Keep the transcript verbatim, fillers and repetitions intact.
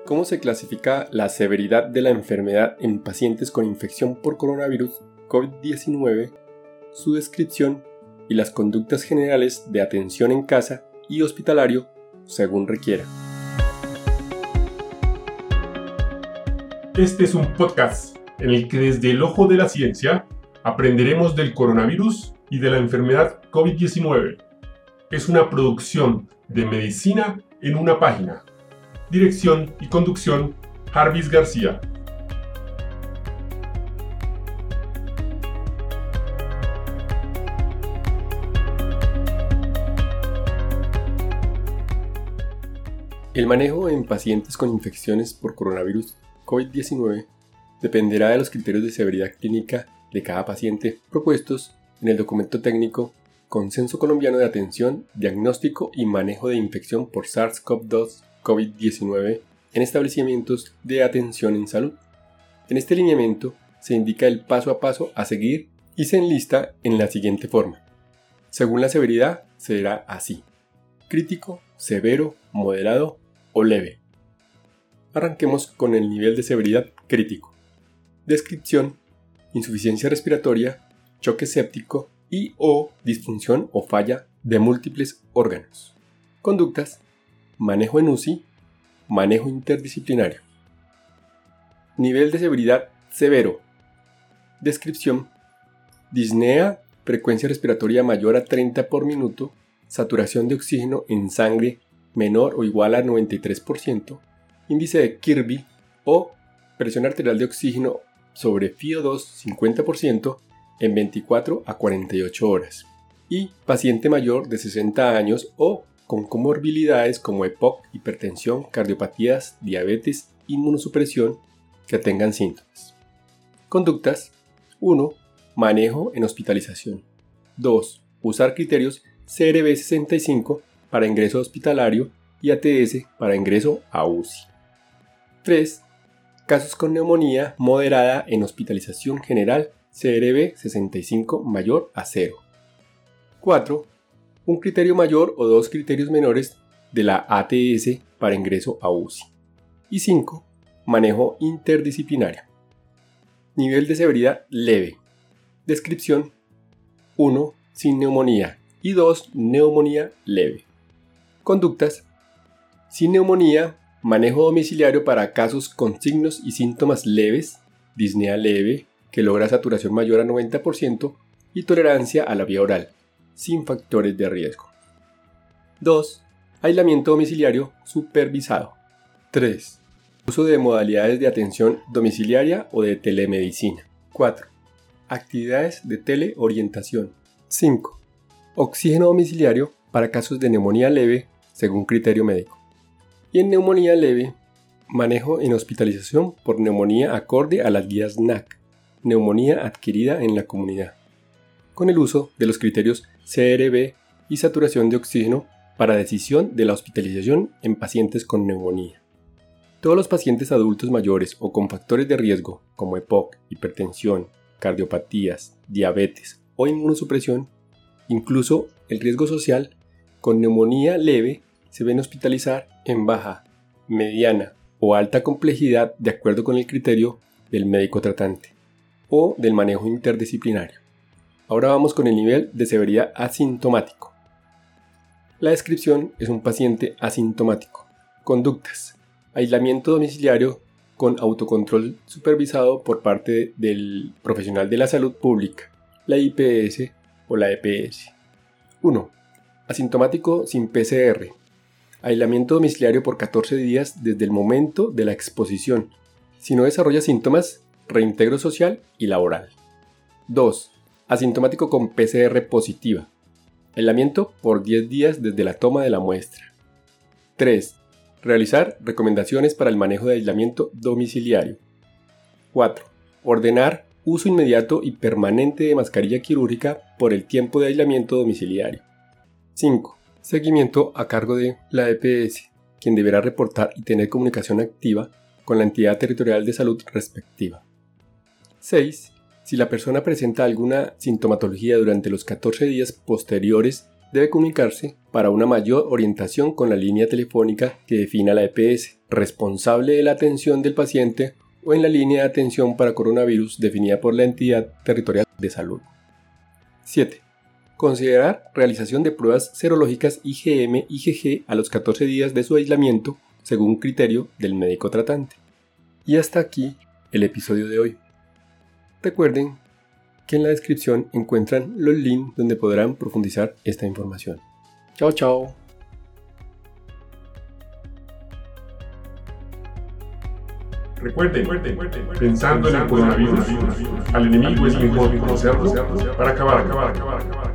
¿Cómo se clasifica la severidad de la enfermedad en pacientes con infección por coronavirus COVID diecinueve, su descripción y las conductas generales de atención en casa y hospitalario según requiera? Este es un podcast en el que desde el ojo de la ciencia aprenderemos del coronavirus y de la enfermedad COVID diecinueve. Es una producción de Medicina en una página. Dirección y conducción, Jarvis García. El manejo en pacientes con infecciones por coronavirus COVID diecinueve dependerá de los criterios de severidad clínica de cada paciente propuestos en el documento técnico Consenso Colombiano de Atención, Diagnóstico y Manejo de Infección por SARS-CoV dos COVID diecinueve en establecimientos de atención en salud. En este lineamiento se indica el paso a paso a seguir y se enlista en la siguiente forma. Según la severidad, será así: crítico, severo, moderado o leve. Arranquemos con el nivel de severidad crítico. Descripción: insuficiencia respiratoria, choque séptico y o disfunción o falla de múltiples órganos. Conductas: manejo en U C I, manejo interdisciplinario. Nivel de severidad severo. Descripción: disnea, frecuencia respiratoria mayor a treinta por minuto, saturación de oxígeno en sangre menor o igual a noventa y tres por ciento, índice de Kirby o presión arterial de oxígeno sobre F I O dos cincuenta por ciento en veinticuatro a cuarenta y ocho horas, y paciente mayor de sesenta años o con comorbilidades como E P O C, hipertensión, cardiopatías, diabetes, inmunosupresión que tengan síntomas. Conductas: uno. Manejo en hospitalización. dos. Usar criterios C R B sesenta y cinco para ingreso hospitalario y A T S para ingreso a U C I. tres. Casos con neumonía moderada en hospitalización general C R B sesenta y cinco mayor a cero. cuatro. Un criterio mayor o dos criterios menores de la A T S para ingreso a U C I. Y cinco. Manejo interdisciplinario. Nivel de severidad leve. Descripción: uno. Sin neumonía y dos. Neumonía leve. Conductas: sin neumonía, manejo domiciliario para casos con signos y síntomas leves, disnea leve, que logra saturación mayor a noventa por ciento y tolerancia a la vía oral, sin factores de riesgo. dos. Aislamiento domiciliario supervisado. tres. Uso de modalidades de atención domiciliaria o de telemedicina. cuatro. Actividades de teleorientación. cinco. Oxígeno domiciliario para casos de neumonía leve según criterio médico. Y en neumonía leve, manejo en hospitalización por neumonía acorde a las guías N A C, neumonía adquirida en la comunidad, con el uso de los criterios C R B y saturación de oxígeno para decisión de la hospitalización en pacientes con neumonía. Todos los pacientes adultos mayores o con factores de riesgo como E P O C, hipertensión, cardiopatías, diabetes o inmunosupresión, incluso el riesgo social, con neumonía leve se ven hospitalizar en baja, mediana o alta complejidad de acuerdo con el criterio del médico tratante o del manejo interdisciplinario. Ahora vamos con el nivel de severidad asintomático. La descripción es un paciente asintomático. Conductas: aislamiento domiciliario con autocontrol supervisado por parte del profesional de la salud pública, la I P S o la E P S. uno. Asintomático sin P C R. Aislamiento domiciliario por catorce días desde el momento de la exposición. Si no desarrolla síntomas, reintegro social y laboral. dos. Asintomático con P C R positiva. Aislamiento por diez días desde la toma de la muestra. tres. Realizar recomendaciones para el manejo de aislamiento domiciliario. cuatro. Ordenar uso inmediato y permanente de mascarilla quirúrgica por el tiempo de aislamiento domiciliario. cinco. Seguimiento a cargo de la E P S, quien deberá reportar y tener comunicación activa con la entidad territorial de salud respectiva. seis. Si la persona presenta alguna sintomatología durante los catorce días posteriores debe comunicarse para una mayor orientación con la línea telefónica que defina la E P S, responsable de la atención del paciente, o en la línea de atención para coronavirus definida por la entidad territorial de salud. siete. Considerar realización de pruebas serológicas I G M I G G a los catorce días de su aislamiento según criterio del médico tratante. Y hasta aquí el episodio de hoy. Recuerden que en la descripción encuentran los links donde podrán profundizar esta información. Chao, chao. Recuerden, pensando en el coronavirus, al enemigo es mejor conocerlo para acabar, acabar, acabar, acabar.